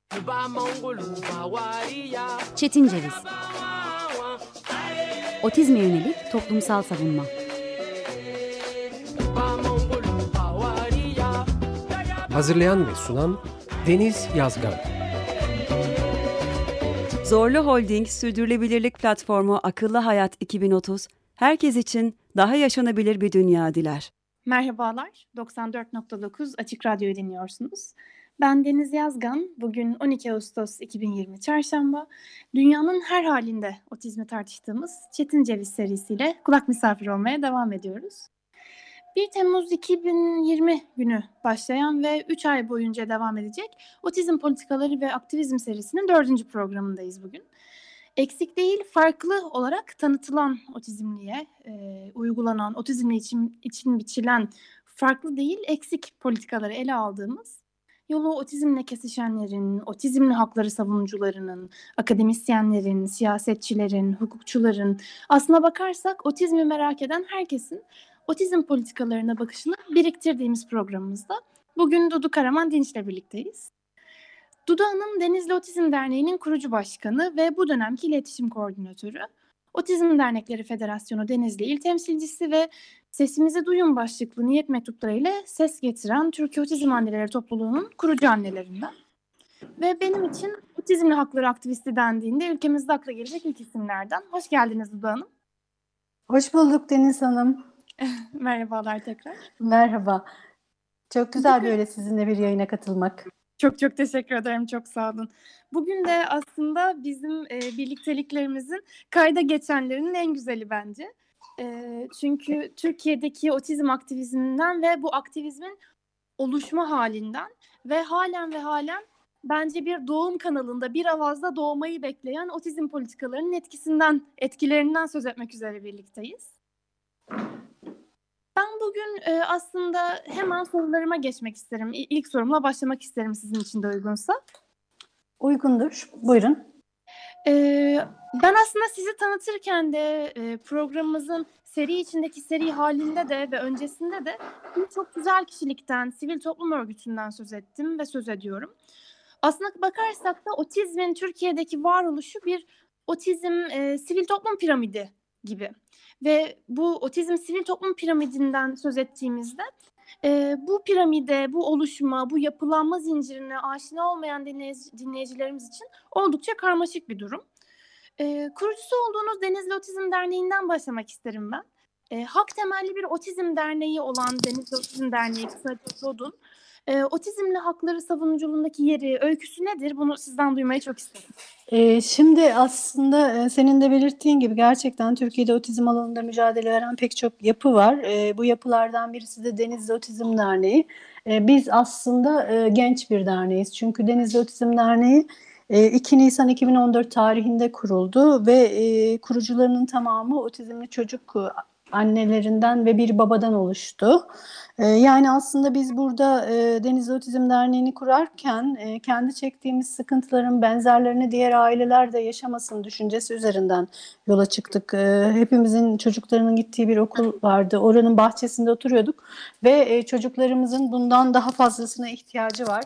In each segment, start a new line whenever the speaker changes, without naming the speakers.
Çetin Ceviz. Otizme yönelik toplumsal savunma.
Hazırlayan ve sunan Deniz Yazgan.
Zorlu Holding Sürdürülebilirlik Platformu Akıllı Hayat 2030, herkes için daha yaşanabilir bir dünya diler.
Merhabalar, 94.9 Açık Radyo'yu dinliyorsunuz. Ben Deniz Yazgan, bugün 12 Ağustos 2020 Çarşamba, dünyanın her halinde otizmi tartıştığımız Çetin Ceviz serisiyle kulak misafiri olmaya devam ediyoruz. 1 Temmuz 2020 günü başlayan ve 3 ay boyunca devam edecek Otizm Politikaları ve Aktivizm serisinin 4. programındayız bugün. Eksik değil, farklı olarak tanıtılan otizmliye, uygulanan, otizmli için biçilen farklı değil, eksik politikaları ele aldığımız, yolu otizmle kesişenlerin, otizmli hakları savunucularının, akademisyenlerin, siyasetçilerin, hukukçuların, aslına bakarsak otizmi merak eden herkesin otizm politikalarına bakışını biriktirdiğimiz programımızda bugün Dudu Karaman Dinç'le birlikteyiz. Dudu Hanım, Denizli Otizm Derneği'nin kurucu başkanı ve bu dönemki iletişim koordinatörü. Otizm Dernekleri Federasyonu Denizli İl Temsilcisi ve Sesimizi Duyun başlıklı niyet mektuplarıyla ses getiren Türkiye Otizm Anneleri Topluluğu'nun kurucu annelerinden. Ve benim için otizmli hakları aktivisti dendiğinde ülkemizde akla gelecek ilk isimlerden. Hoş geldiniz Dudu Hanım.
Hoş bulduk Deniz Hanım.
Merhabalar tekrar.
Merhaba. Çok güzel böyle sizinle bir yayına katılmak.
Çok teşekkür ederim. Çok sağ olun. Bugün de aslında bizim birlikteliklerimizin kayda geçenlerinin en güzeli bence. Çünkü Türkiye'deki otizm aktivizminden ve bu aktivizmin oluşma halinden ve halen bence bir doğum kanalında bir avazda doğmayı bekleyen otizm politikalarının etkilerinden söz etmek üzere birlikteyiz. Ben bugün aslında hemen sorularıma geçmek isterim. İlk sorumla başlamak isterim sizin için de uygunsa.
Uygundur. Buyurun.
Ben aslında sizi tanıtırken de programımızın içindeki seri halinde de ve öncesinde de çok güzel kişilikten, sivil toplum örgütünden söz ettim ve söz ediyorum. Aslına bakarsak da otizmin Türkiye'deki varoluşu bir otizm sivil toplum piramidi gibi. Ve bu otizm sivil toplum piramidinden söz ettiğimizde bu piramide, bu oluşuma, bu yapılanma zincirine aşina olmayan dinleyicilerimiz için oldukça karmaşık bir durum. Kurucusu olduğunuz Denizli Otizm Derneği'nden başlamak isterim ben. Hak temelli bir otizm derneği olan Denizli Otizm Derneği, kısaca TOD'un otizmli hakları savunuculuğundaki yeri, öyküsü nedir? Bunu sizden duymayı çok isterim.
Şimdi aslında senin de belirttiğin gibi gerçekten Türkiye'de otizm alanında mücadele veren pek çok yapı var. Bu yapılardan birisi de Denizli Otizm Derneği. Biz aslında genç bir derneğiz. Çünkü Denizli Otizm Derneği 2 Nisan 2014 tarihinde kuruldu ve kurucularının tamamı otizmli çocuk annelerinden ve bir babadan oluştu. Yani aslında biz burada Denizli Otizm Derneği'ni kurarken kendi çektiğimiz sıkıntıların benzerlerini diğer aileler de yaşamasın düşüncesi üzerinden yola çıktık. Hepimizin çocuklarının gittiği bir okul vardı. Oranın bahçesinde oturuyorduk ve çocuklarımızın bundan daha fazlasına ihtiyacı var.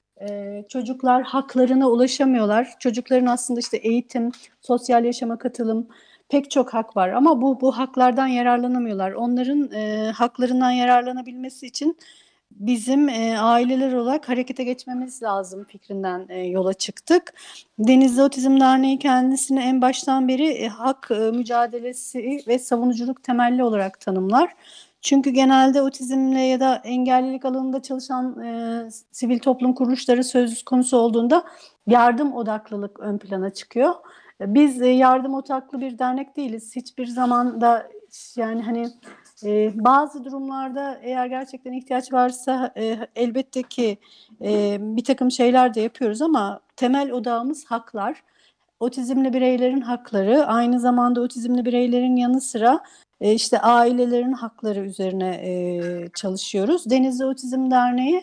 Çocuklar haklarına ulaşamıyorlar. Çocukların aslında işte eğitim, sosyal yaşama katılım, pek çok hak var ama bu haklardan yararlanamıyorlar. Onların haklarından yararlanabilmesi için bizim aileler olarak harekete geçmemiz lazım fikrinden yola çıktık. Denizli Otizm Derneği kendisini en baştan beri hak mücadelesi ve savunuculuk temelli olarak tanımlar. Çünkü genelde otizmle ya da engellilik alanında çalışan sivil toplum kuruluşları söz konusu olduğunda yardım odaklılık ön plana çıkıyor. Biz yardım odaklı bir dernek değiliz. Hiçbir zaman da yani hani bazı durumlarda eğer gerçekten ihtiyaç varsa elbette ki bir takım şeyler de yapıyoruz ama temel odağımız haklar. Otizmli bireylerin hakları, aynı zamanda otizmli bireylerin yanı sıra işte ailelerin hakları üzerine çalışıyoruz. Denizli Otizm Derneği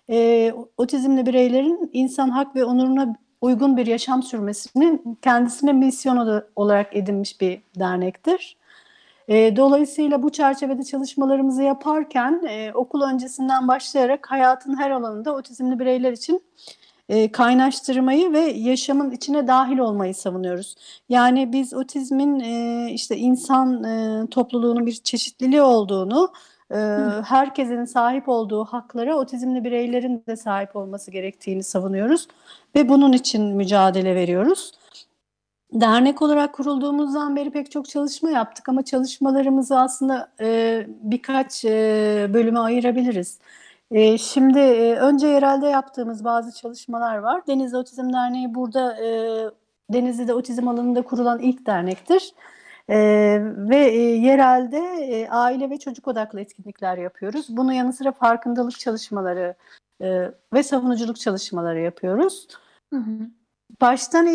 otizmli bireylerin insan hak ve onuruna uygun bir yaşam sürmesini kendisine misyon olarak edinmiş bir dernektir. Dolayısıyla bu çerçevede çalışmalarımızı yaparken okul öncesinden başlayarak hayatın her alanında otizmli bireyler için kaynaştırmayı ve yaşamın içine dahil olmayı savunuyoruz. Yani biz otizmin işte insan topluluğunun bir çeşitliliği olduğunu, herkesin sahip olduğu haklara otizmli bireylerin de sahip olması gerektiğini savunuyoruz ve bunun için mücadele veriyoruz. Dernek olarak kurulduğumuzdan beri pek çok çalışma yaptık ama çalışmalarımızı aslında birkaç bölüme ayırabiliriz. Şimdi önce yerelde yaptığımız bazı çalışmalar var. Denizli Otizm Derneği burada Denizli'de otizm alanında kurulan ilk dernektir. Ve yerelde aile ve çocuk odaklı etkinlikler yapıyoruz. Bunun yanı sıra farkındalık çalışmaları ve savunuculuk çalışmaları yapıyoruz.
Hı hı.
Baştan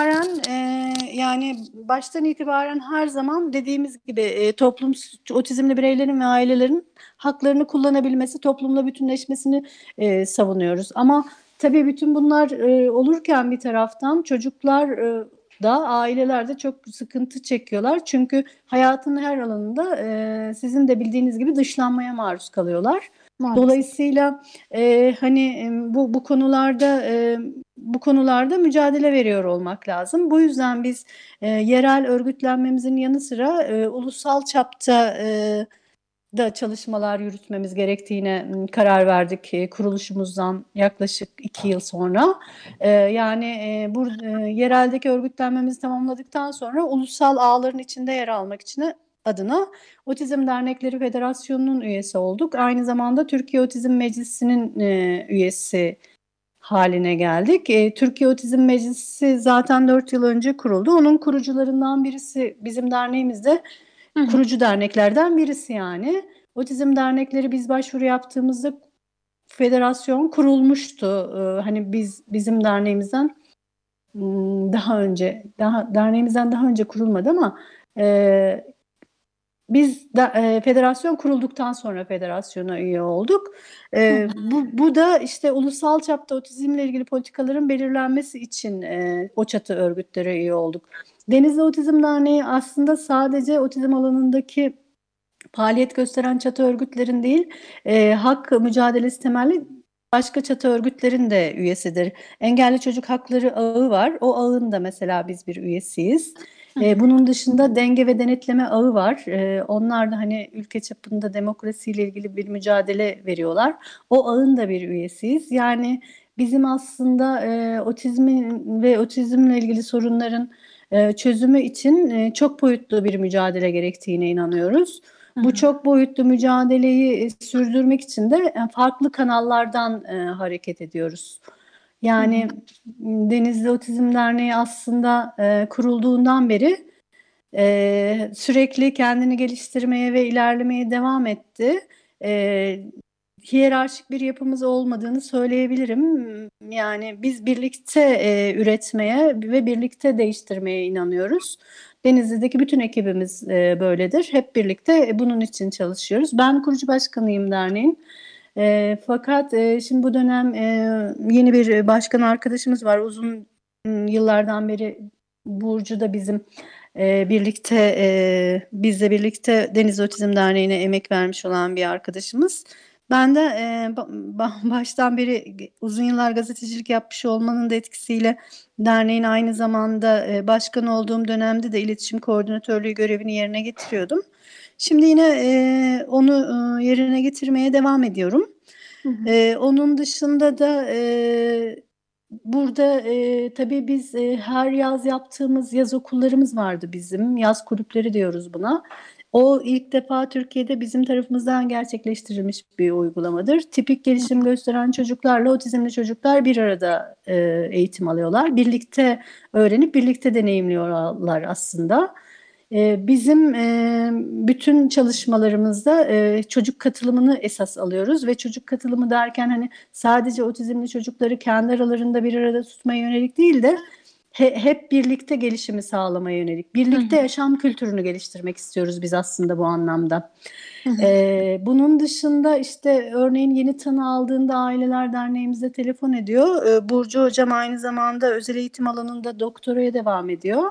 itibaren her zaman dediğimiz gibi otizmli bireylerin ve ailelerin haklarını kullanabilmesi, toplumla bütünleşmesini savunuyoruz. Ama tabii bütün bunlar olurken bir taraftan çocuklar da aileler de çok sıkıntı çekiyorlar. Çünkü hayatın her alanında sizin de bildiğiniz gibi dışlanmaya maruz kalıyorlar.
Maalesef.
Dolayısıyla bu konularda mücadele veriyor olmak lazım. Bu yüzden biz yerel örgütlenmemizin yanı sıra ulusal çapta da çalışmalar yürütmemiz gerektiğine karar verdik kuruluşumuzdan yaklaşık 2 yıl sonra. Yereldeki örgütlenmemizi tamamladıktan sonra ulusal ağların içinde yer almak için adına Otizm Dernekleri Federasyonu'nun üyesi olduk. Aynı zamanda Türkiye Otizm Meclisi'nin üyesi haline geldik. Türkiye Otizm Meclisi zaten 4 yıl önce kuruldu. Onun kurucularından birisi bizim derneğimizde, kurucu derneklerden birisi yani. Otizm dernekleri biz başvuru yaptığımızda federasyon kurulmuştu. Hani bizim derneğimizden derneğimizden daha önce kurulmadı ama biz de, federasyon kurulduktan sonra federasyona üye olduk. Bu da işte ulusal çapta otizmle ilgili politikaların belirlenmesi için o çatı örgütlere üye olduk. Denizli Otizm Derneği aslında sadece otizm alanındaki faaliyet gösteren çatı örgütlerin değil, hak mücadelesi temelli başka çatı örgütlerin de üyesidir. Engelli Çocuk Hakları Ağı var. O ağın da mesela biz bir üyesiyiz. Bunun dışında denge ve denetleme ağı var. Onlar da hani ülke çapında demokrasiyle ilgili bir mücadele veriyorlar. O ağın da bir üyesiyiz. Yani bizim aslında otizmin ve otizmle ilgili sorunların çözümü için çok boyutlu bir mücadele gerektiğine inanıyoruz. Bu çok boyutlu mücadeleyi sürdürmek için de farklı kanallardan hareket ediyoruz. Yani Denizli Otizm Derneği aslında kurulduğundan beri sürekli kendini geliştirmeye ve ilerlemeye devam etti. Hiyerarşik bir yapımız olmadığını söyleyebilirim. Yani biz birlikte üretmeye ve birlikte değiştirmeye inanıyoruz. Denizli'deki bütün ekibimiz böyledir. Hep birlikte bunun için çalışıyoruz. Ben kurucu başkanıyım derneğin. Fakat şimdi bu dönem yeni bir başkan arkadaşımız var. Uzun yıllardan beri Burcu da bizle birlikte Denizli Otizm Derneği'ne emek vermiş olan bir arkadaşımız. Ben de baştan beri uzun yıllar gazetecilik yapmış olmanın da etkisiyle derneğin aynı zamanda başkan olduğum dönemde de iletişim koordinatörlüğü görevini yerine getiriyordum. Şimdi yine onu yerine getirmeye devam ediyorum. Onun dışında da burada tabii biz her yaz yaptığımız yaz okullarımız vardı bizim. Yaz kulüpleri diyoruz buna. O ilk defa Türkiye'de bizim tarafımızdan gerçekleştirilmiş bir uygulamadır. Tipik gelişim gösteren çocuklarla otizmli çocuklar bir arada eğitim alıyorlar. Birlikte öğrenip birlikte deneyimliyorlar aslında. Bizim bütün çalışmalarımızda çocuk katılımını esas alıyoruz ve çocuk katılımı derken hani sadece otizmli çocukları kendi aralarında bir arada tutmaya yönelik değil de hep birlikte gelişimi sağlamaya yönelik, birlikte yaşam kültürünü geliştirmek istiyoruz biz aslında bu anlamda. Bunun dışında işte örneğin yeni tanı aldığında Aileler Derneğimize telefon ediyor. Burcu Hocam aynı zamanda özel eğitim alanında doktoraya devam ediyor.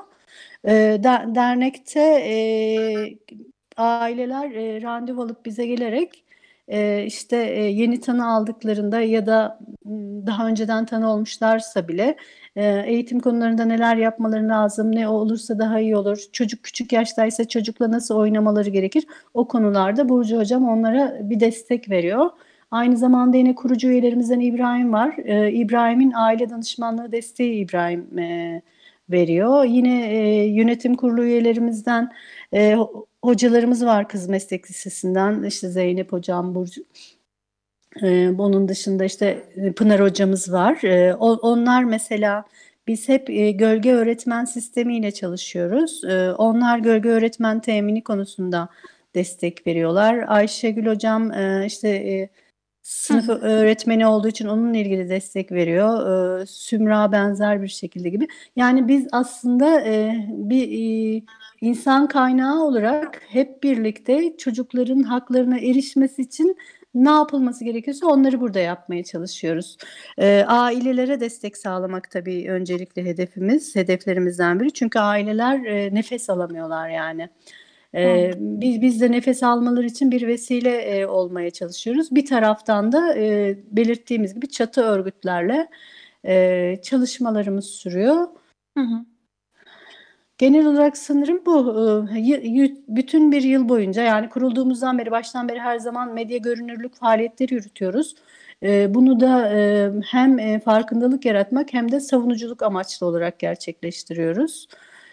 Dernekte aileler randevu alıp bize gelerek yeni tanı aldıklarında ya da daha önceden tanı olmuşlarsa bile eğitim konularında neler yapmaları lazım, ne olursa daha iyi olur, çocuk küçük yaştaysa çocukla nasıl oynamaları gerekir, o konularda Burcu Hocam onlara bir destek veriyor. Aynı zamanda yine kurucu üyelerimizden İbrahim var. İbrahim'in aile danışmanlığı desteği İbrahim veriyor. Yine yönetim kurulu üyelerimizden hocalarımız var Kız Meslek Lisesi'nden. İşte Zeynep Hocam, Burcu. Bunun dışında işte Pınar Hocamız var. Onlar mesela biz hep gölge öğretmen sistemiyle çalışıyoruz. Onlar gölge öğretmen temini konusunda destek veriyorlar. Ayşegül Hocam sınıf öğretmeni olduğu için onunla ilgili destek veriyor. Sümra benzer bir şekilde gibi. Yani biz aslında bir insan kaynağı olarak hep birlikte çocukların haklarına erişmesi için ne yapılması gerekiyorsa onları burada yapmaya çalışıyoruz. Ailelere destek sağlamak tabii öncelikle hedeflerimizden biri. Çünkü aileler nefes alamıyorlar yani. Biz de nefes almaları için bir vesile olmaya çalışıyoruz. Bir taraftan da belirttiğimiz gibi çatı örgütlerle çalışmalarımız sürüyor.
Hı hı.
Genel olarak sanırım bu bütün bir yıl boyunca, yani kurulduğumuzdan beri, baştan beri her zaman medya görünürlük faaliyetleri yürütüyoruz. Bunu da hem farkındalık yaratmak hem de savunuculuk amaçlı olarak gerçekleştiriyoruz.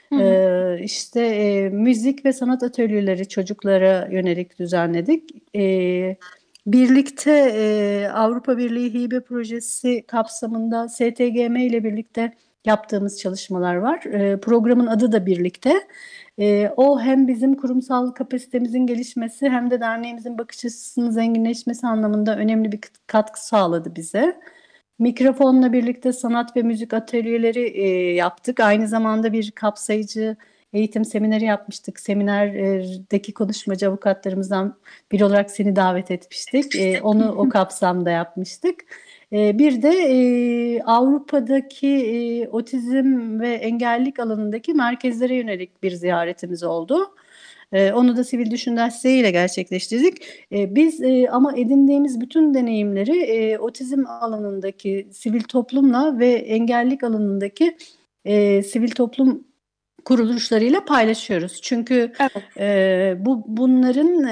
Müzik ve sanat atölyeleri çocuklara yönelik düzenledik. Birlikte Avrupa Birliği Hibe Projesi kapsamında STGM ile birlikte yaptığımız çalışmalar var. Programın adı da Birlikte. O hem bizim kurumsal kapasitemizin gelişmesi hem de derneğimizin bakış açısının zenginleşmesi anlamında önemli bir katkı sağladı bize. Mikrofonla birlikte sanat ve müzik atölyeleri yaptık. Aynı zamanda bir kapsayıcı eğitim semineri yapmıştık. Seminerdeki konuşmacı avukatlarımızdan biri olarak seni davet etmiştik. Onu o kapsamda yapmıştık. Bir de Avrupa'daki otizm ve engellilik alanındaki merkezlere yönelik bir ziyaretimiz oldu. Onu da Sivil Düşün Desteği ile gerçekleştirdik. Biz ama edindiğimiz bütün deneyimleri otizm alanındaki sivil toplumla ve engellilik alanındaki sivil toplum kuruluşlarıyla paylaşıyoruz. Çünkü bunların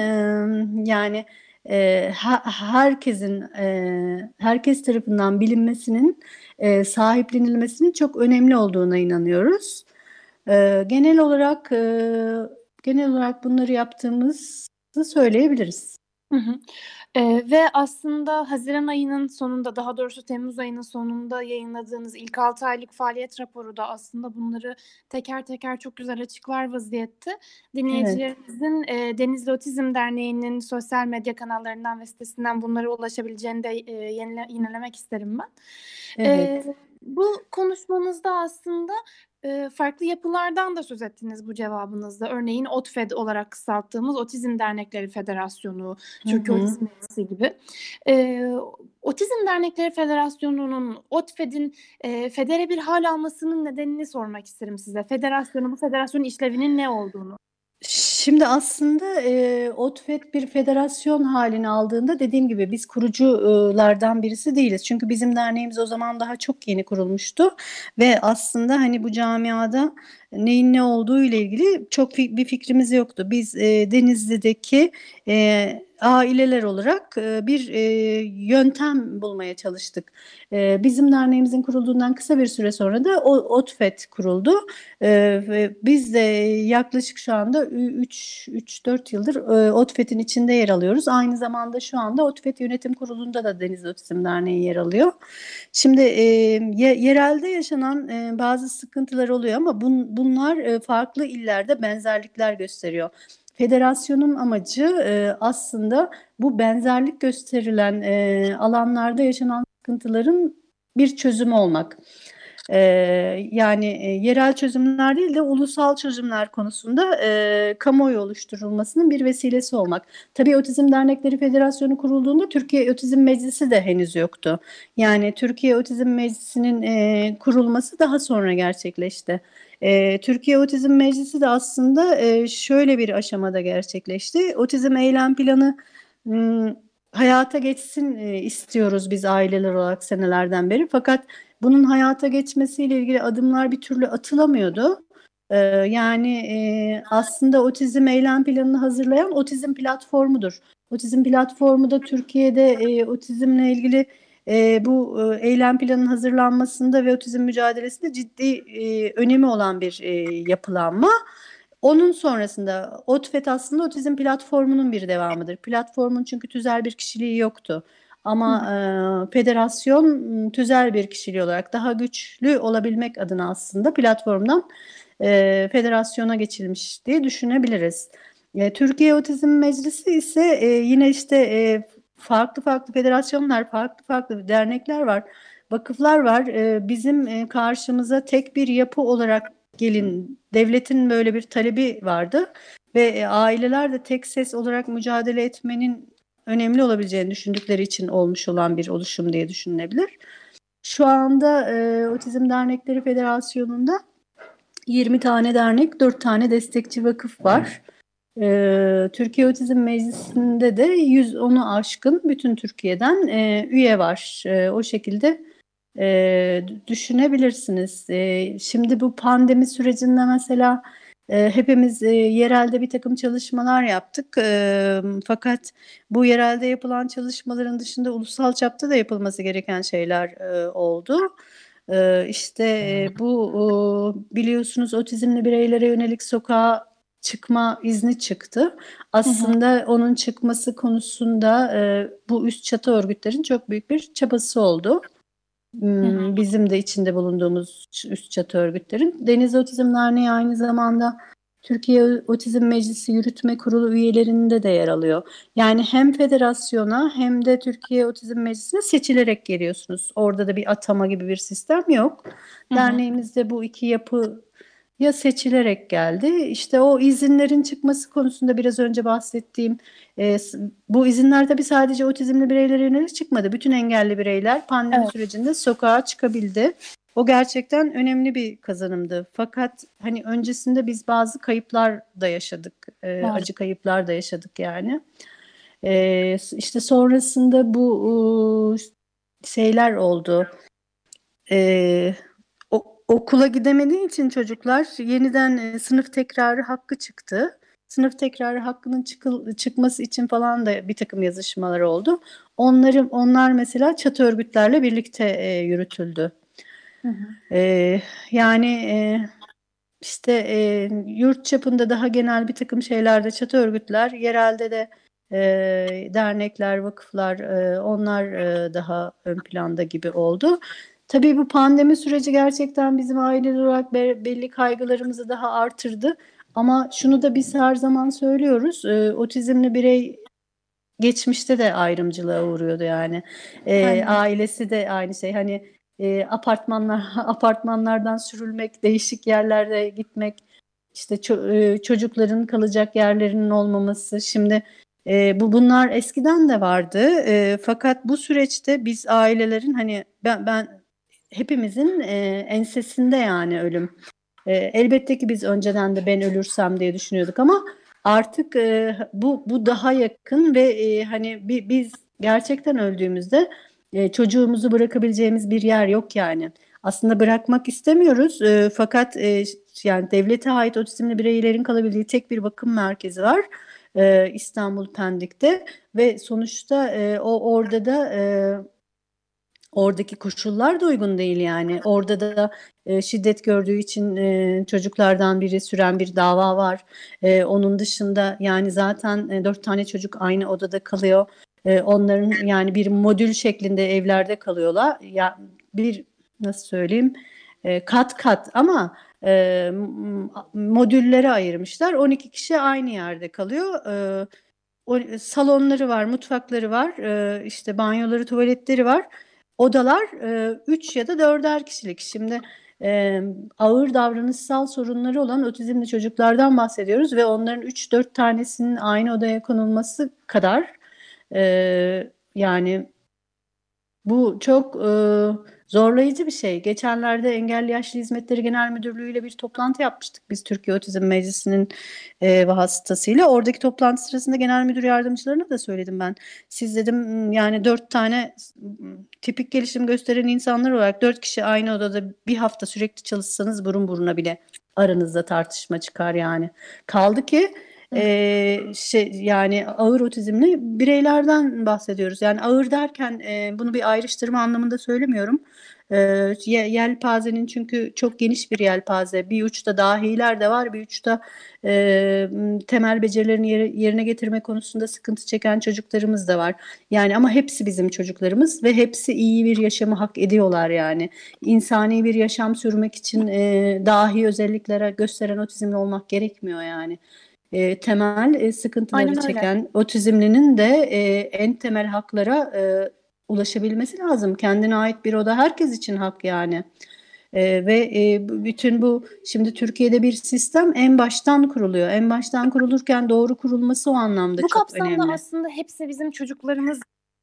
herkes tarafından bilinmesinin, sahiplenilmesinin çok önemli olduğuna inanıyoruz. Genel olarak bunları yaptığımızı söyleyebiliriz.
Hı hı. Ve aslında Haziran ayının sonunda, daha doğrusu Temmuz ayının sonunda yayınladığınız ilk 6 aylık faaliyet raporu da aslında bunları teker teker çok güzel açıklar vaziyette. Dinleyicilerimizin Denizli Otizm Derneği'nin sosyal medya kanallarından ve sitesinden bunlara ulaşabileceğini de yinelemek isterim ben.
Evet.
Bu konuşmamızda aslında farklı yapılardan da söz ettiniz bu cevabınızda. Örneğin OTFED olarak kısalttığımız Otizm Dernekleri Federasyonu, Türkiye Otizm Meclisi gibi. Otizm Dernekleri Federasyonu'nun, OTFED'in federe bir hal almasının nedenini sormak isterim size. Bu federasyonun işlevinin ne olduğunu.
Şimdi aslında OTFED bir federasyon halini aldığında, dediğim gibi biz kuruculardan birisi değiliz. Çünkü bizim derneğimiz o zaman daha çok yeni kurulmuştu ve aslında hani bu camiada neyin ne olduğu ile ilgili çok bir fikrimiz yoktu. Biz Denizli'deki aileler olarak bir yöntem bulmaya çalıştık. Bizim derneğimizin kurulduğundan kısa bir süre sonra da OTFED kuruldu. Ve biz de yaklaşık şu anda 3-4 yıldır OTFED'in içinde yer alıyoruz. Aynı zamanda şu anda OTFED Yönetim Kurulu'nda da Denizli Otizm Derneği yer alıyor. Şimdi yerelde yaşanan bazı sıkıntılar oluyor ama bunlar farklı illerde benzerlikler gösteriyor. Federasyonun amacı aslında bu benzerlik gösterilen alanlarda yaşanan sıkıntıların bir çözümü olmak. Yerel çözümler değil de ulusal çözümler konusunda kamuoyu oluşturulmasının bir vesilesi olmak. Tabii Otizm Dernekleri Federasyonu kurulduğunda Türkiye Otizm Meclisi de henüz yoktu. Yani Türkiye Otizm Meclisi'nin kurulması daha sonra gerçekleşti. Türkiye Otizm Meclisi de aslında şöyle bir aşamada gerçekleşti. Otizm Eylem Planı hayata geçsin istiyoruz biz aileler olarak senelerden beri. Fakat bunun hayata geçmesiyle ilgili adımlar bir türlü atılamıyordu. Yani aslında otizm eylem planını hazırlayan otizm platformudur. Otizm platformu da Türkiye'de otizmle ilgili bu eylem planının hazırlanmasında ve otizm mücadelesinde ciddi önemi olan bir yapılanma. Onun sonrasında OTFET aslında otizm platformunun bir devamıdır. Platformun çünkü tüzel bir kişiliği yoktu. Ama federasyon tüzel bir kişiliği olarak daha güçlü olabilmek adına aslında platformdan federasyona geçilmiş diye düşünebiliriz. Türkiye Otizm Meclisi ise yine işte farklı farklı federasyonlar, farklı farklı dernekler var, vakıflar var. Bizim karşımıza tek bir yapı olarak gelin, devletin böyle bir talebi vardı ve aileler de tek ses olarak mücadele etmenin önemli olabileceğini düşündükleri için olmuş olan bir oluşum diye düşünülebilir. Şu anda Otizm Dernekleri Federasyonu'nda 20 tane dernek, 4 tane destekçi vakıf var. Türkiye Otizm Meclisi'nde de 110'u aşkın bütün Türkiye'den üye var. O şekilde düşünebilirsiniz. Şimdi bu pandemi sürecinde mesela hepimiz yerelde bir takım çalışmalar yaptık. Fakat bu yerelde yapılan çalışmaların dışında ulusal çapta da yapılması gereken şeyler oldu. İşte bu biliyorsunuz otizmli bireylere yönelik sokağa çıkma izni çıktı. Aslında onun çıkması konusunda bu üst çatı örgütlerin çok büyük bir çabası oldu. Bizim de içinde bulunduğumuz üst çatı örgütlerin. Deniz Otizm Derneği aynı zamanda Türkiye Otizm Meclisi Yürütme Kurulu üyelerinde de yer alıyor. Yani hem federasyona hem de Türkiye Otizm Meclisi'ne seçilerek geliyorsunuz. Orada da bir atama gibi bir sistem yok. Derneğimizde bu iki yapı ya seçilerek geldi. İşte o izinlerin çıkması konusunda biraz önce bahsettiğim bu izinler tabii sadece otizmli bireylere yönelik çıkmadı. Bütün engelli bireyler pandemi sürecinde sokağa çıkabildi. O gerçekten önemli bir kazanımdı. Fakat hani öncesinde biz bazı kayıplar da yaşadık. Acı kayıplar da yaşadık yani. İşte sonrasında bu şeyler oldu. Okula gidemediği için çocuklar yeniden sınıf tekrarı hakkı çıktı. Sınıf tekrarı hakkının çıkması için falan da bir takım yazışmalar oldu. Onlar mesela çatı örgütlerle birlikte yürütüldü. Yani işte yurt çapında daha genel bir takım şeylerde çatı örgütler, yerelde de dernekler, vakıflar onlar daha ön planda gibi oldu. Tabii bu pandemi süreci gerçekten bizim aileler olarak belli kaygılarımızı daha artırdı. Ama şunu da biz her zaman söylüyoruz. Otizmli birey geçmişte de ayrımcılığa uğruyordu yani. Ailesi de aynı şey. Hani apartmanlardan sürülmek, değişik yerlerde gitmek, işte çocukların kalacak yerlerinin olmaması. Şimdi bunlar eskiden de vardı. Fakat bu süreçte biz ailelerin hani ben hepimizin ensesinde yani ölüm. Elbette ki biz önceden de ben ölürsem diye düşünüyorduk ama artık bu daha yakın ve hani biz gerçekten öldüğümüzde çocuğumuzu bırakabileceğimiz bir yer yok yani. Aslında bırakmak istemiyoruz fakat yani devlete ait otizmli bireylerin kalabildiği tek bir bakım merkezi var İstanbul Pendik'te ve sonuçta orada da oradaki koşullar da uygun değil yani. Orada da şiddet gördüğü için çocuklardan biri süren bir dava var. Onun dışında yani zaten 4 tane çocuk aynı odada kalıyor. Onların yani bir modül şeklinde evlerde kalıyorlar. Ya bir nasıl söyleyeyim kat kat ama modüllere ayırmışlar. 12 kişi aynı yerde kalıyor. Salonları var, mutfakları var, işte banyoları, tuvaletleri var. Odalar 3 ya da 4'er kişilik. Şimdi ağır davranışsal sorunları olan otizmli çocuklardan bahsediyoruz ve onların 3-4 tanesinin aynı odaya konulması kadar yani bu çok zorlayıcı bir şey. Geçenlerde Engelli Yaşlı Hizmetleri Genel Müdürlüğü ile bir toplantı yapmıştık biz Türkiye Otizm Meclisi'nin vasıtasıyla. Oradaki toplantı sırasında genel müdür yardımcılarına da söyledim ben. Siz dedim yani 4 tane tipik gelişim gösteren insanlar olarak 4 kişi aynı odada bir hafta sürekli çalışsanız burun buruna bile aranızda tartışma çıkar yani. Kaldı ki yani ağır otizmli bireylerden bahsediyoruz. Yani ağır derken bunu bir ayrıştırma anlamında söylemiyorum. Yelpazenin çünkü çok geniş bir yelpaze. Bir uçta dahiler de var, bir uçta temel becerilerini yerine getirme konusunda sıkıntı çeken çocuklarımız da var. Yani ama hepsi bizim çocuklarımız ve hepsi iyi bir yaşamı hak ediyorlar yani. İnsani bir yaşam sürmek için dahi özelliklere gösteren otizmli olmak gerekmiyor yani. Temel sıkıntıları çeken otizmlinin de en temel haklara ulaşabilmesi lazım. Kendine ait bir oda herkes için hak yani. Ve bütün bu şimdi Türkiye'de bir sistem en baştan kuruluyor. En baştan kurulurken doğru kurulması o anlamda
Bu
çok önemli.
Bu kapsamda aslında hepsi bizim çocuklarımız.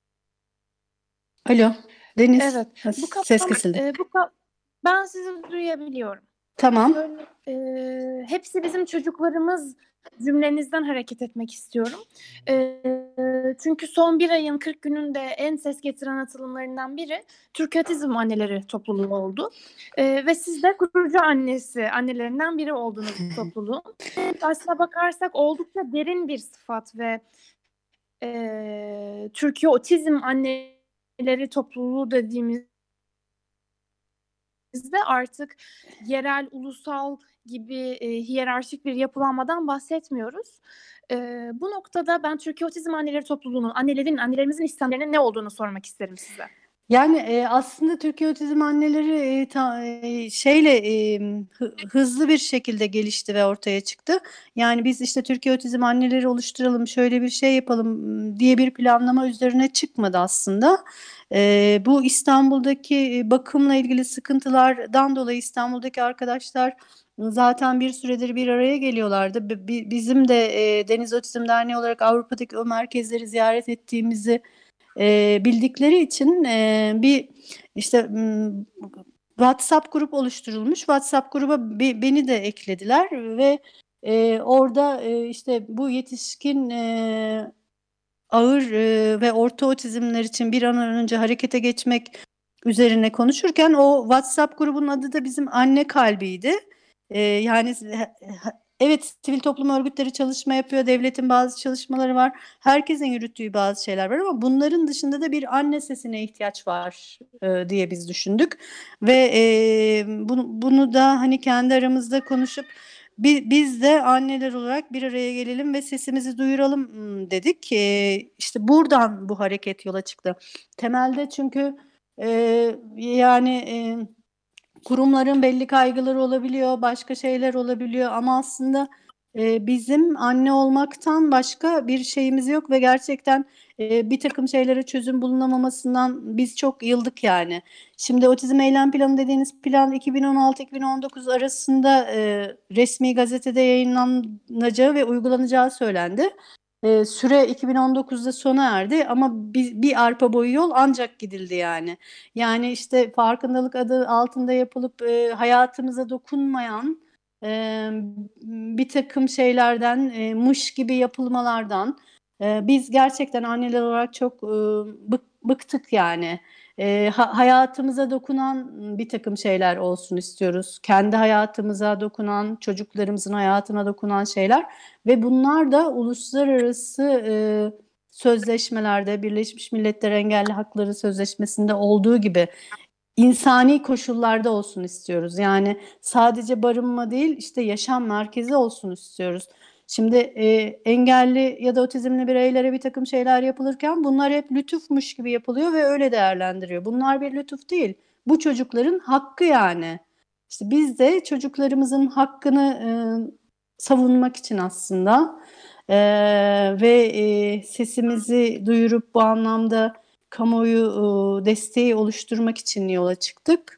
Alo, Deniz.
Evet. Bu kapsamda,
ses kesildi.
Ben sizi duyabiliyorum.
Tamam.
Hepsi bizim çocuklarımız cümlenizden hareket etmek istiyorum. Çünkü son bir ayın 40 gününde en ses getiren atılımlarından biri Türkiye Otizm Anneleri topluluğu oldu. Ve siz de kurucu annelerinden biri oldunuz topluluğun. Aslına bakarsak oldukça derin bir sıfat ve Türkiye Otizm Anneleri topluluğu dediğimizde artık yerel, ulusal gibi hiyerarşik bir yapılanmadan bahsetmiyoruz. Bu noktada ben Türkiye Otizm Anneleri topluluğunun, annelerimizin istemlerinin ne olduğunu sormak isterim size.
Yani aslında Türkiye Otizm Anneleri hızlı bir şekilde gelişti ve ortaya çıktı. Yani biz işte Türkiye Otizm Anneleri oluşturalım, şöyle bir şey yapalım diye bir planlama üzerine çıkmadı aslında. Bu İstanbul'daki bakımla ilgili sıkıntılardan dolayı İstanbul'daki arkadaşlar zaten bir süredir bir araya geliyorlardı. Bizim de Deniz Otizm Derneği olarak Avrupa'daki o merkezleri ziyaret ettiğimizi bildikleri için bir işte WhatsApp grup oluşturulmuş. WhatsApp gruba beni de eklediler ve orada işte bu yetişkin ağır ve orta otizmler için bir an önce harekete geçmek üzerine konuşurken o WhatsApp grubunun adı da bizim Anne Kalbi'ydi. Yani evet, sivil toplum örgütleri çalışma yapıyor, devletin bazı çalışmaları var, herkesin yürüttüğü bazı şeyler var ama bunların dışında da bir anne sesine ihtiyaç var diye biz düşündük ve bunu da hani kendi aramızda konuşup biz de anneler olarak bir araya gelelim ve sesimizi duyuralım dedik. İşte buradan bu hareket yola çıktı. Temelde çünkü kurumların belli kaygıları olabiliyor, başka şeyler olabiliyor ama aslında bizim anne olmaktan başka bir şeyimiz yok ve gerçekten bir takım şeylere çözüm bulunamamasından biz çok yıldık yani. Şimdi Otizm Eylem Planı dediğiniz plan 2016-2019 arasında resmi gazetede yayınlanacağı ve uygulanacağı söylendi. Süre 2019'da sona erdi ama bir arpa boyu yol ancak gidildi yani. Yani işte farkındalık adı altında yapılıp hayatımıza dokunmayan bir takım şeylerden, mış gibi yapılmalardan biz gerçekten anneler olarak çok bıktık yani. Hayatımıza dokunan bir takım şeyler olsun istiyoruz. Kendi hayatımıza dokunan, çocuklarımızın hayatına dokunan şeyler ve bunlar da uluslararası sözleşmelerde, Birleşmiş Milletler Engelli Hakları Sözleşmesi'nde olduğu gibi insani koşullarda olsun istiyoruz. Yani sadece barınma değil, işte yaşam merkezi olsun istiyoruz. Şimdi engelli ya da otizmli bireylere bir takım şeyler yapılırken bunlar hep lütufmuş gibi yapılıyor ve öyle değerlendiriyor. Bunlar bir lütuf değil. Bu çocukların hakkı yani. İşte biz de çocuklarımızın hakkını savunmak için aslında ve sesimizi duyurup bu anlamda kamuoyu desteği oluşturmak için yola çıktık.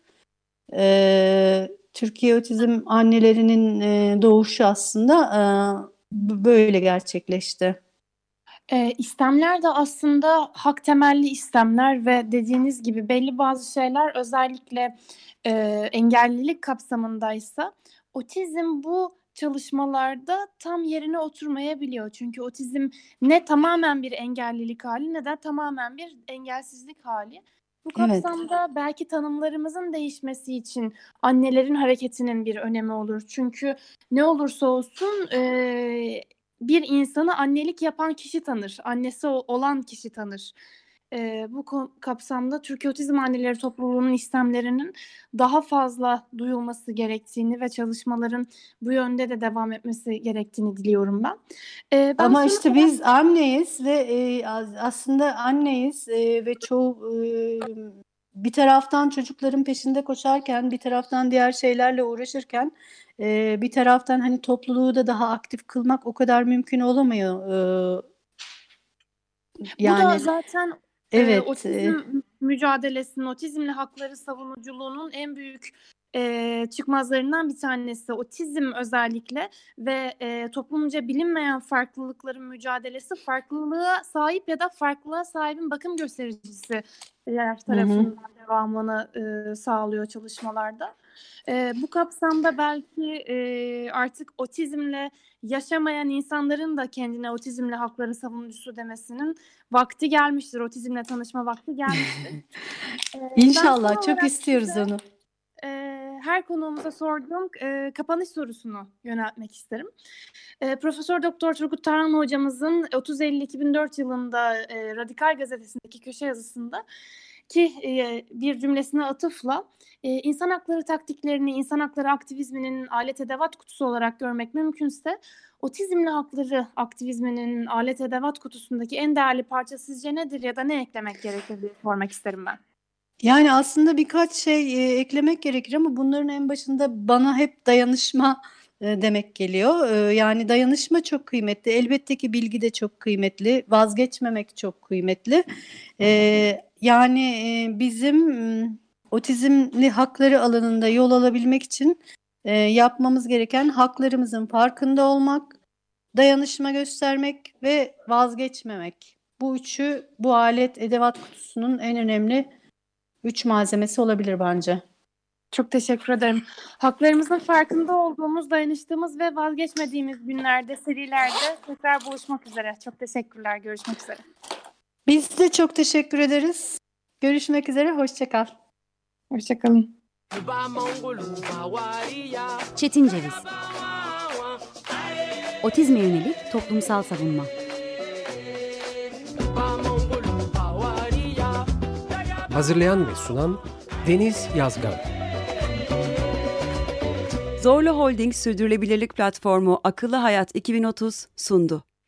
Türkiye Otizm Annelerinin doğuşu aslında böyle gerçekleşti.
İstemler de aslında hak temelli istemler ve dediğiniz gibi belli bazı şeyler özellikle engellilik kapsamındaysa otizm bu çalışmalarda tam yerine oturmayabiliyor. Çünkü otizm ne tamamen bir engellilik hali ne de tamamen bir engelsizlik hali. Bu
Evet.
kapsamda belki tanımlarımızın değişmesi için annelerin hareketinin bir önemi olur. Çünkü ne olursa olsun bir insanı annelik yapan kişi tanır, annesi olan kişi tanır. Bu kapsamda Türkiye Otizm Anneleri Topluluğu'nun istemlerinin daha fazla duyulması gerektiğini ve çalışmaların bu yönde de devam etmesi gerektiğini diliyorum ben.
Ama işte biz anneyiz ve aslında anneyiz ve çoğu bir taraftan çocukların peşinde koşarken, bir taraftan diğer şeylerle uğraşırken, bir taraftan hani topluluğu da daha aktif kılmak o kadar mümkün olamıyor.
Bu da
Yani
zaten
evet,
otizm mücadelesinin, otizmle hakları savunuculuğunun en büyük çıkmazlarından bir tanesi. Otizm özellikle ve toplumca bilinmeyen farklılıkların mücadelesi, farklılığa sahip ya da farklılığa sahibin bakım göstericisi tarafından devamını sağlıyor çalışmalarda. Bu kapsamda belki artık otizmle yaşamayan insanların da kendine otizmle hakları savunucusu demesinin vakti gelmiştir. Otizmle tanışma vakti gelmiştir.
İnşallah
son
çok
olarak
istiyoruz
size,
onu.
her konuğumuza sorduğum kapanış sorusunu yöneltmek isterim. Profesör Doktor Turgut Tarhan hocamızın 30 Eylül 2004 yılında Radikal Gazetesi'ndeki köşe yazısında ki bir cümlesine atıfla insan hakları taktiklerini, insan hakları aktivizminin alet edevat kutusu olarak görmek mümkünse otizmli hakları aktivizminin alet edevat kutusundaki en değerli parça sizce nedir ya da ne eklemek gerekir diye sormak isterim ben.
Yani aslında birkaç şey eklemek gerekir ama bunların en başında bana hep dayanışma demek geliyor. Yani dayanışma çok kıymetli. Elbette ki bilgi de çok kıymetli. Vazgeçmemek çok kıymetli. Yani bizim otizmli hakları alanında yol alabilmek için yapmamız gereken haklarımızın farkında olmak, dayanışma göstermek ve vazgeçmemek. Bu üçü bu alet edevat kutusunun en önemli 3 malzemesi olabilir bence.
Çok teşekkür ederim. Haklarımızın farkında olduğumuz, dayanıştığımız ve vazgeçmediğimiz günlerde, serilerde tekrar buluşmak üzere. Çok teşekkürler. Görüşmek üzere.
Biz de çok teşekkür ederiz. Görüşmek üzere. Hoşça kal.
Hoşça kalın.
Çetin Ceviz. Otizme yönelik toplumsal savunma.
Hazırlayan ve sunan Deniz Yazgan.
Zorlu Holding Sürdürülebilirlik Platformu Akıllı Hayat 2030 sundu.